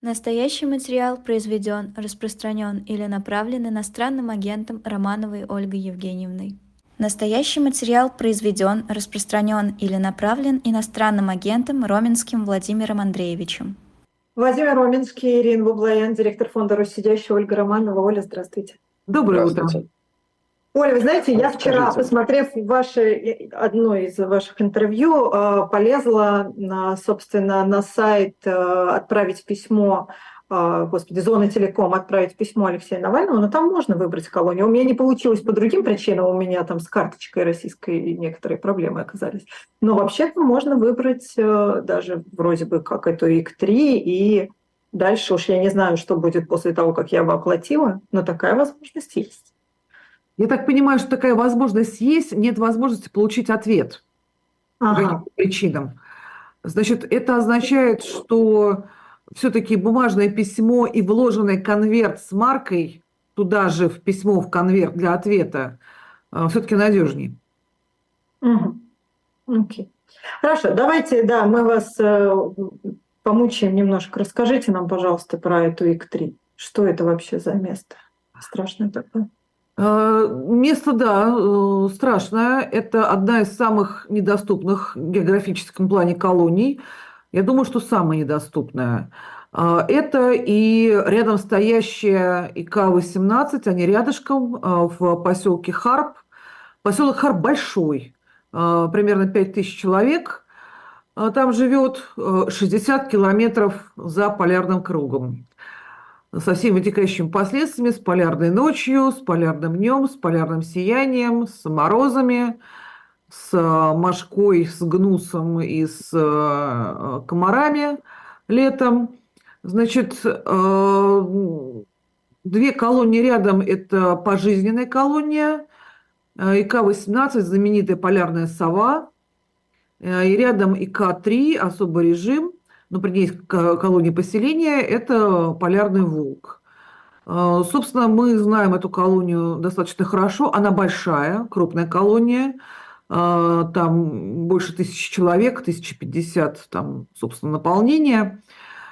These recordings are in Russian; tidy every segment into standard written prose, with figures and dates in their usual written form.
Настоящий материал произведен, распространен или направлен иностранным агентом Романовой Ольгой Евгеньевной. Настоящий материал произведен, распространен или направлен иностранным агентом Роменским Владимиром Андреевичем. Владимир Роменский, Ирина Бублаян, директор фонда «Российдящая», Ольга Романова. Оля, здравствуйте. Доброе утро. Оля, вы знаете, я вчера, Скажите. посмотрев одно из ваших интервью, полезла, собственно, на сайт отправить письмо, Зона Телеком, отправить письмо Алексею Навальному, но там можно выбрать колонию. У меня не получилось по другим причинам, у меня там с карточкой российской некоторые проблемы оказались. Но вообще-то можно выбрать даже вроде бы как эту ИК-3, и дальше уж я не знаю, что будет после того, как я его оплатила, но такая возможность есть. Я так понимаю, что такая возможность есть, нет возможности получить ответ по каким-то причинам. Значит, это означает, что все-таки бумажное письмо и вложенный конверт с маркой туда же в письмо, в конверт для ответа все-таки надежнее. Окей. Хорошо, давайте, да, мы вас помучаем немножко. Расскажите нам, пожалуйста, про эту ИК-3. Что это вообще за место? Страшное такое. Место, да, страшное. Это одна из самых недоступных в географическом плане колоний. Я думаю, что самая недоступная. Это и рядом стоящая ИК-18, они рядышком, в поселке Харп. Поселок Харп большой, примерно 5000 человек. Там живет 60 километров за полярным кругом, со всеми вытекающими последствиями, с полярной ночью, с полярным днем, с полярным сиянием, с морозами, с мошкой, с гнусом и с комарами летом. Значит, две колонии рядом – это пожизненная колония, ИК-18, знаменитая полярная сова, и рядом ИК-3, особый режим, но при ней есть колония поселения, это полярный волк. Собственно, мы знаем эту колонию достаточно хорошо. Она большая, крупная колония. Там больше 1000 человек, 1050 там, собственно, наполнение.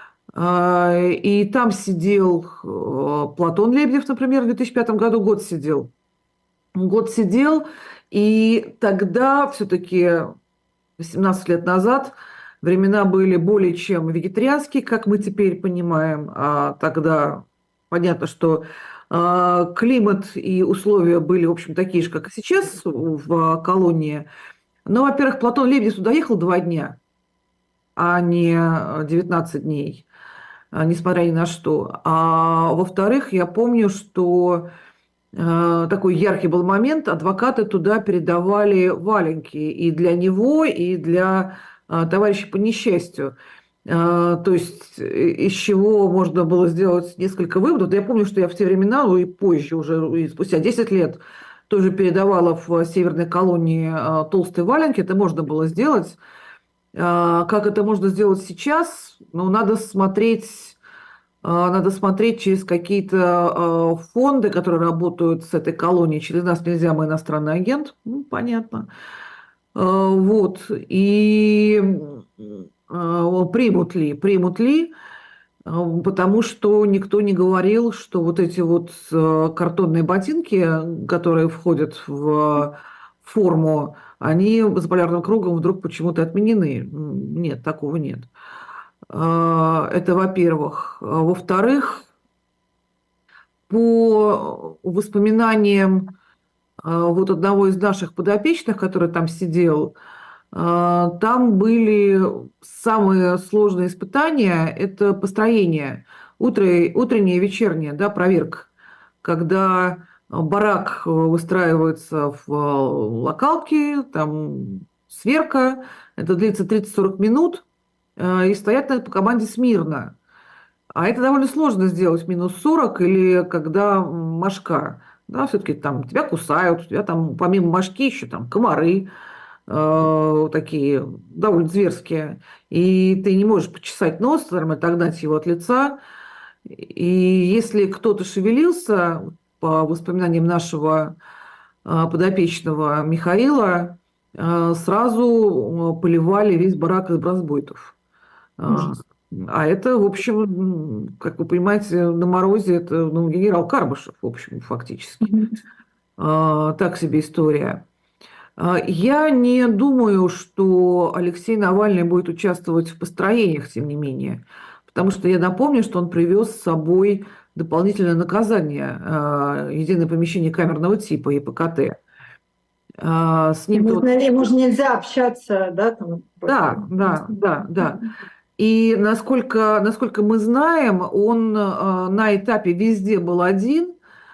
И там сидел Платон Лебедев, например, в 2005 году год сидел. Год сидел, и тогда все-таки 18 лет назад времена были более чем вегетарианские, как мы теперь понимаем. А тогда понятно, что климат и условия были, в общем, такие же, как и сейчас в колонии. Но, во-первых, Платон Лебедев туда ехал 2 дня, а не 19 дней, несмотря ни на что. А во-вторых, я помню, что такой яркий был момент, адвокаты туда передавали валенки и для него, и для товарища по несчастью. То есть из чего можно было сделать несколько выводов. Я помню, что я в те времена, ну и позже, уже и спустя 10 лет, тоже передавала в северной колонии толстые валенки. Это можно было сделать. Как это можно сделать сейчас? Ну, надо смотреть через какие-то фонды, которые работают с этой колонией. Через нас нельзя, мы иностранный агент. Ну, понятно. Вот. И примут ли, потому что никто не говорил, что вот эти вот картонные ботинки, которые входят в форму, они за полярным кругом вдруг почему-то отменены. Нет, такого нет. Это во-первых. Во-вторых, по воспоминаниям вот одного из наших подопечных, который там сидел, там были самые сложные испытания – это построение, утреннее и вечернее, да, проверка, когда барак выстраивается в локалке, там сверка, это длится 30-40 минут, и стоят по команде смирно. А это довольно сложно сделать минус 40 или когда мошка. Да, все-таки там тебя кусают, у тебя там помимо мошки еще там комары такие довольно зверские. И ты не можешь почесать нос, там, отогнать его от лица. И если кто-то шевелился, по воспоминаниям нашего подопечного Михаила, сразу поливали весь барак из бронзбойтов. Ужас. А это, в общем, как вы понимаете, на морозе это генерал Карбышев, в общем, фактически. Так себе история. Я не думаю, что Алексей Навальный будет участвовать в построениях, тем не менее, потому что я напомню, что он привез с собой дополнительное наказание, единое помещение камерного типа, ЕПКТ. С ним Ему же нельзя общаться, да, там? Да. И насколько мы знаем, он на этапе везде был один,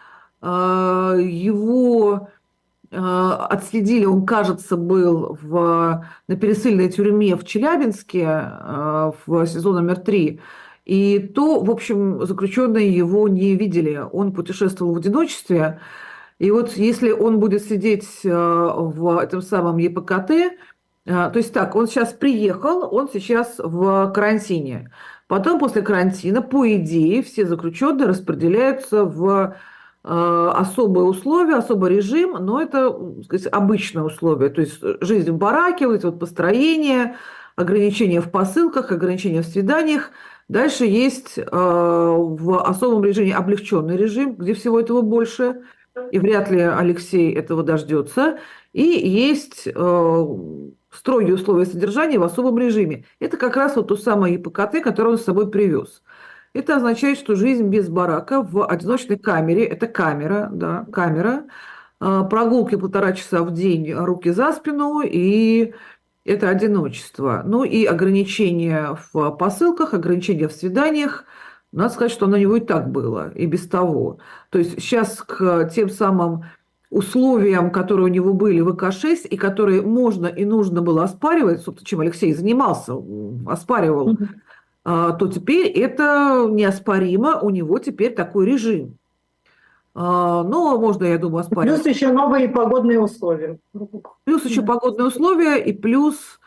его отследили, он, кажется, был на пересыльной тюрьме в Челябинске в сезон номер 3. И то, в общем, заключенные его не видели. Он путешествовал в одиночестве. И вот если он будет сидеть в этом самом ЕПКТ, то есть так, он сейчас приехал, он сейчас в карантине. Потом после карантина, по идее, все заключенные распределяются в особые условия, особый режим, но это, так сказать, обычные условия. То есть жизнь в бараке, вот эти вот построения, ограничения в посылках, ограничения в свиданиях. Дальше есть в особом режиме облегченный режим, где всего этого больше, и вряд ли Алексей этого дождется. И есть строгие условия содержания в особом режиме. Это как раз вот то самое ЕПКТ, которое он с собой привез. Это означает, что жизнь без барака в одиночной камере, это камера, да, камера, прогулки 1,5 часа в день, руки за спину, и это одиночество. Ну и ограничения в посылках, ограничения в свиданиях. Надо сказать, что оно у него и так было, и без того. То есть сейчас к тем самым условиям, которые у него были в ВК-6, и которые можно и нужно было оспаривать, собственно, чем Алексей занимался, оспаривал, то теперь это неоспоримо, у него теперь такой режим. Но можно, я думаю, оспаривать. Плюс еще новые погодные условия. Плюс еще погодные условия, и плюс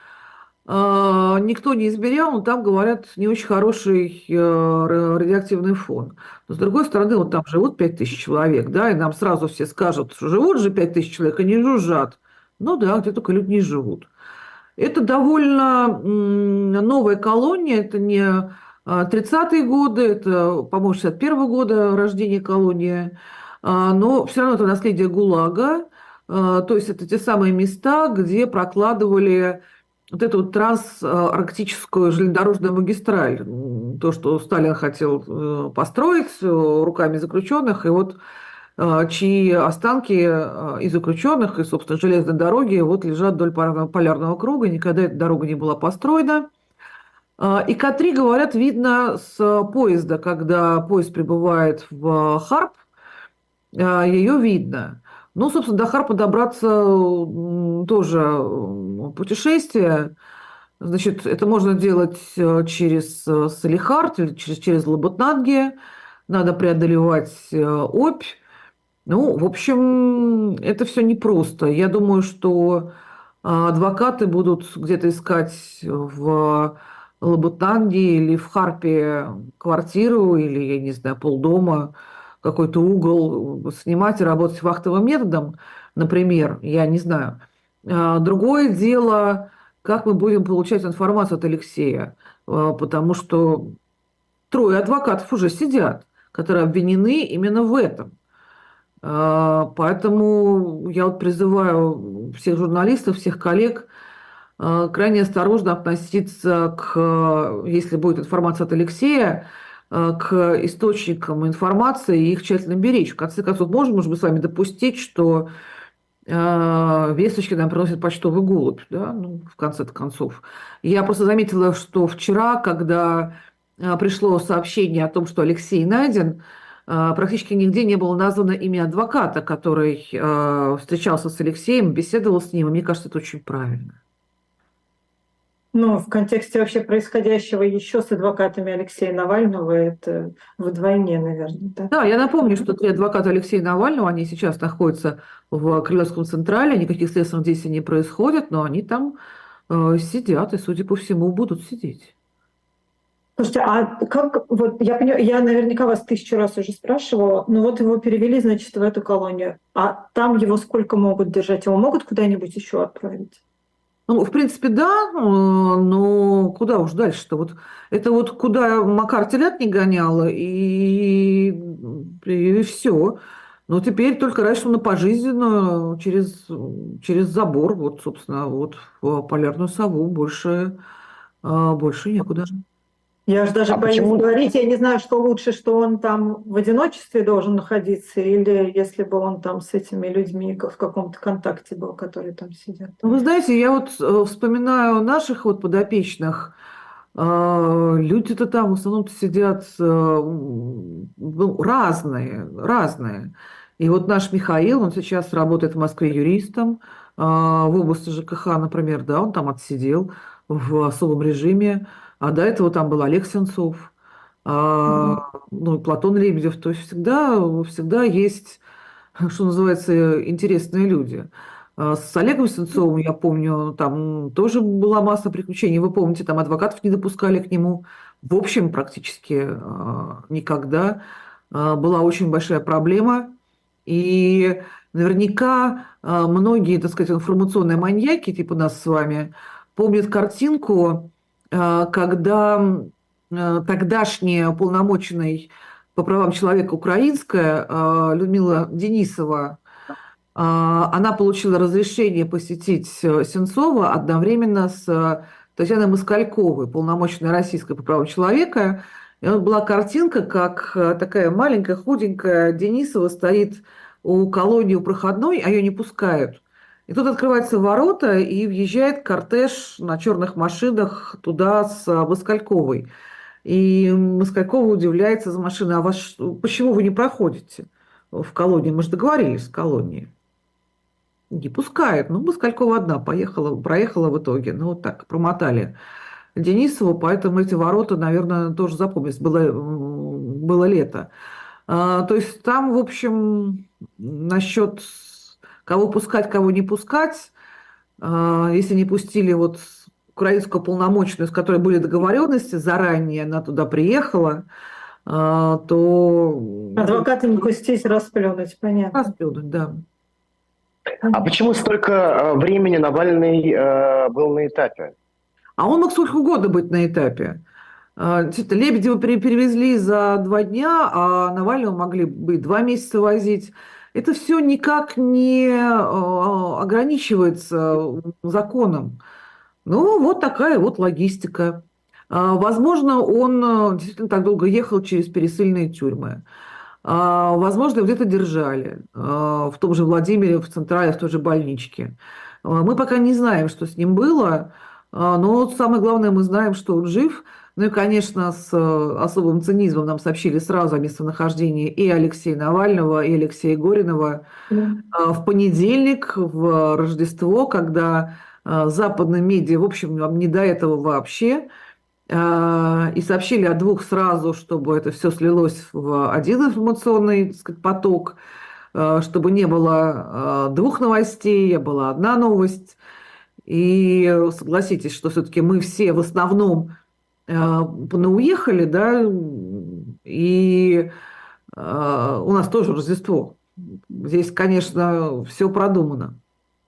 никто не измерял, но там, говорят, не очень хороший радиоактивный фон. Но, с другой стороны, вот там живут 5000 человек, да, и нам сразу все скажут, что живут же 5000 человек, они жужжат. Ну да, где только люди не живут. Это довольно новая колония, это не 30-е годы, это, по-моему, 61-го года рождения колонии, но все равно это наследие ГУЛАГа, то есть это те самые места, где прокладывали вот эту вот трансарктическую железнодорожную магистраль, то, что Сталин хотел построить руками заключенных, и вот чьи останки и заключенных, и, собственно, железной дороги вот лежат вдоль полярного круга, никогда эта дорога не была построена. И К3, говорят, видно с поезда, когда поезд прибывает в Харп, ее видно. Ну, собственно, до Харпа добраться тоже путешествие. Значит, это можно делать через Салихард или через Лабытнанги. Надо преодолевать Обь. Ну, в общем, это все непросто. Я думаю, что адвокаты будут где-то искать в Лабытанге или в Харпе квартиру, или, я не знаю, полдома, какой-то угол снимать и работать вахтовым методом, например, я не знаю. Другое дело, как мы будем получать информацию от Алексея, потому что 3 адвокатов уже сидят, которые обвинены именно в этом. Поэтому я вот призываю всех журналистов, всех коллег крайне осторожно относиться если будет информация от Алексея, к источникам информации и их тщательно беречь. В конце концов, можем мы с вами допустить, что весточки нам приносит почтовый голубь, да, ну, в конце концов. Я просто заметила, что вчера, когда пришло сообщение о том, что Алексей найден, практически нигде не было названо имя адвоката, который встречался с Алексеем, беседовал с ним, и мне кажется, это очень правильно. Ну, в контексте вообще происходящего еще с адвокатами Алексея Навального, это вдвойне, наверное, да? Да, я напомню, что 3 адвоката Алексея Навального, они сейчас находятся в Кремлевском Централе, никаких следственных действий не происходит, но они там сидят и, судя по всему, будут сидеть. Слушайте, а как, вот я понимаю, я наверняка вас 1000 раз уже спрашивала, но вот его перевели, значит, в эту колонию, а там его сколько могут держать? Его могут куда-нибудь еще отправить? Ну, в принципе, да, но куда уж дальше-то? Вот это вот куда Макар телят не гоняла, и все. Но теперь только раньше на пожизненную через забор, вот, собственно, вот в полярную сову больше некуда. Я же даже А боюсь почему говорить, я не знаю, что лучше, что он там в одиночестве должен находиться, или если бы он там с этими людьми в каком-то контакте был, которые там сидят. Ну, вы знаете, я вот вспоминаю наших вот подопечных. Люди-то там в основном сидят ну, разные. И вот наш Михаил, он сейчас работает в Москве юристом в области ЖКХ, например, да, он там отсидел в особом режиме. А до этого там был Олег Сенцов, Мгм. ну и Платон Лебедев. То есть всегда есть, что называется, интересные люди. С Олегом Сенцовым, я помню, там тоже была масса приключений. Вы помните, там адвокатов не допускали к нему. В общем, практически никогда. Была очень большая проблема. И наверняка многие, так сказать, информационные маньяки, типа нас с вами, помнят картинку, когда тогдашняя уполномоченный по правам человека украинская Людмила Денисова, она получила разрешение посетить Сенцова одновременно с Татьяной Москальковой, полномоченной российской по правам человека. И вот была картинка, как такая маленькая, худенькая Денисова стоит у колонии у проходной, а ее не пускают. И тут открываются ворота, и въезжает кортеж на черных машинах туда с Москальковой. И Москалькова удивляется за машиной, а почему вы не проходите в колонии? Мы же договорились с колонией. Не пускает. Ну, Москалькова одна проехала в итоге. Ну, вот так, промотали Денисову, поэтому эти ворота, наверное, тоже запомнились. Было лето. То есть там, в общем, насчет кого пускать, кого не пускать, если не пустили вот украинскую полномочную, с которой были договоренности заранее, она туда приехала, то Адвоката не пустить, расплюнуть, понятно. расплюнуть, да. А почему столько времени Навальный был на этапе? А он мог сколько угодно быть на этапе. Действительно, Лебедева перевезли за 2 дня, а Навального могли бы и 2 месяца возить. Это все никак не ограничивается законом. Ну, вот такая вот логистика. Возможно, он действительно так долго ехал через пересыльные тюрьмы. Возможно, его где-то держали. В том же Владимире, в Централе, в той же больничке. Мы пока не знаем, что с ним было, но вот самое главное, мы знаем, что он жив. Ну и, конечно, с особым цинизмом нам сообщили сразу о местонахождении и Алексея Навального, и Алексея Горинова в понедельник, в Рождество, когда западные медиа, в общем, не до этого вообще, и сообщили о двух сразу, чтобы это все слилось в один информационный, так сказать, поток, чтобы не было двух новостей, а была одна новость. И согласитесь, что все-таки мы все в основном понауехали, да, и у нас тоже Рождество. Здесь, конечно, все продумано.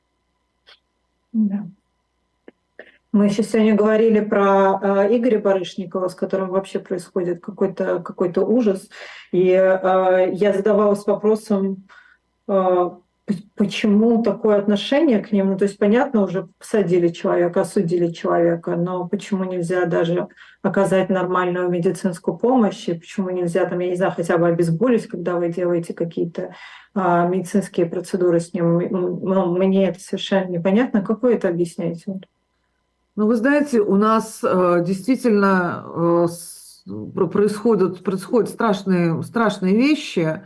Да. Мы еще сегодня говорили про Игоря Барышникова, с которым вообще происходит какой-то ужас. И я задавалась вопросом, э, почему такое отношение к нему? То есть, понятно, уже посадили человека, осудили человека, но почему нельзя даже оказать нормальную медицинскую помощь? И почему нельзя, там, я не знаю, хотя бы обезболить, когда вы делаете какие-то медицинские процедуры с ним? Ну, мне это совершенно непонятно. Как вы это объясняете? Ну, вы знаете, у нас действительно происходят страшные вещи.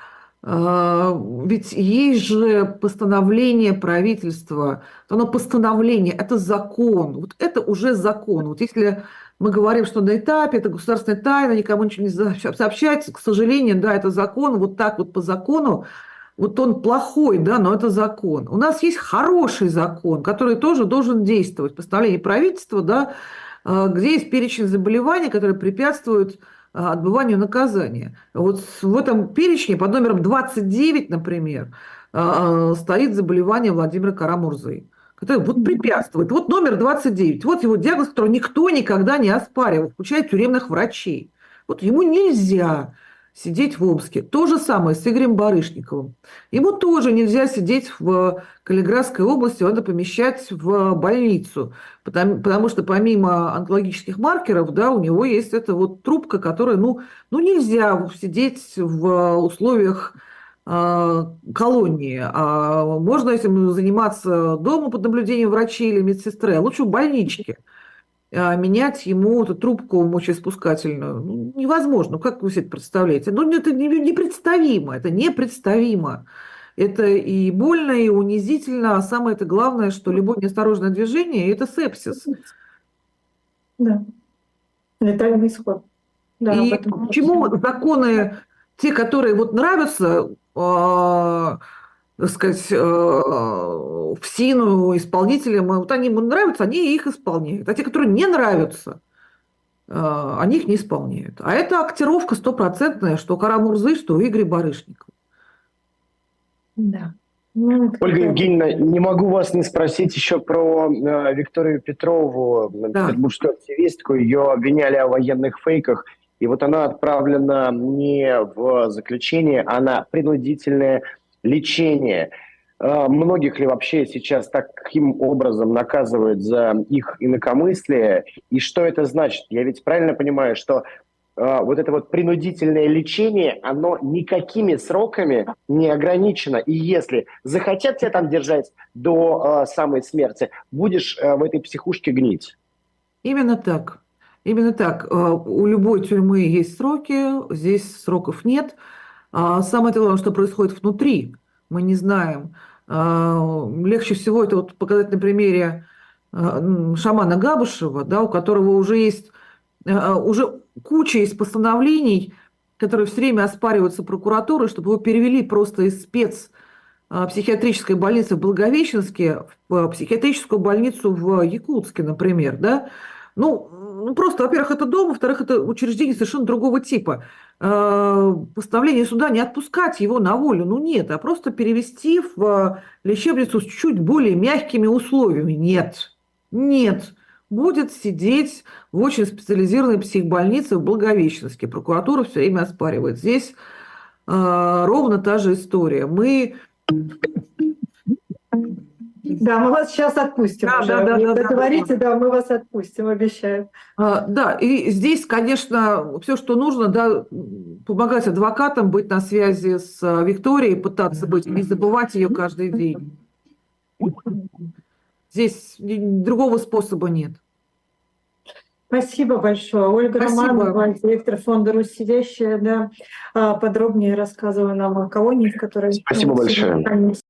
Ведь есть же постановление правительства. Оно постановление, это закон. Вот это уже закон. Вот если мы говорим, что на этапе это государственная тайна, никому ничего не сообщается, к сожалению, да, это закон. Вот так вот по закону. Вот он плохой, да, но это закон. У нас есть хороший закон, который тоже должен действовать. Постановление правительства, да, где есть перечень заболеваний, которые препятствуют отбыванию наказания. Вот в этом перечне под номером 29, например, стоит заболевание Владимира Кара-Мурзы, который вот препятствует. Вот номер 29, вот его диагноз, который никто никогда не оспаривал, включая тюремных врачей. Вот ему нельзя сидеть в Омске. То же самое с Игорем Барышниковым. Ему тоже нельзя сидеть в Калининградской области, надо помещать в больницу, потому что помимо онкологических маркеров, да, у него есть эта вот трубка, которая, ну нельзя сидеть в условиях колонии. А можно этим заниматься дома под наблюдением врачей или медсестры, а лучше в больничке. Менять ему эту трубку мочеиспускательную невозможно. Как вы себе это представляете? Это непредставимо, это непредставимо. Это и больно, и унизительно, а самое это главное, что любое неосторожное движение – это сепсис. Да, летальный исход. Да, И почему законы, те, которые вот нравятся, так сказать, в СИНу исполнителям, вот они ему нравятся, они их исполняют. А те, которые не нравятся, они их не исполняют. А это актировка стопроцентная, что у Кара-Мурзы, что у Игоря Барышникова. Да. Ольга Евгеньевна, не могу вас не спросить еще про Викторию Петрову, петербургскую активистку. Ее обвиняли о военных фейках. И вот она отправлена не в заключение, а на принудительное лечение. Многих ли вообще сейчас таким образом наказывают за их инакомыслие? И что это значит? Я ведь правильно понимаю, что вот это вот принудительное лечение, оно никакими сроками не ограничено. И если захотят тебя там держать до самой смерти, будешь в этой психушке гнить. Именно так. Именно так. У любой тюрьмы есть сроки, здесь сроков нет. Самое главное, что происходит внутри, мы не знаем. Легче всего это вот показать на примере шамана Габышева, да, у которого уже есть уже куча из постановлений, которые все время оспариваются прокуратурой, чтобы его перевели просто из спецпсихиатрической больницы в Благовещенске в психиатрическую больницу в Якутске, например, да. Просто, во-первых, это дом, во-вторых, это учреждение совершенно другого типа. Постановление суда не отпускать его на волю, нет, а просто перевести в лечебницу с чуть более мягкими условиями. Нет. Будет сидеть в очень специализированной психбольнице в Благовещенске. Прокуратура все время оспаривает. Здесь ровно та же история. Да, мы вас сейчас отпустим. Говорите, мы вас отпустим, обещаю. Да, и здесь, конечно, все, что нужно, да, помогать адвокатам, быть на связи с Викторией, пытаться быть, не забывать ее каждый день. Здесь другого способа нет. Спасибо большое. Ольга Романова, директор фонда «Русь сидящая», подробнее рассказывала нам о колонии, в которой... Спасибо большое.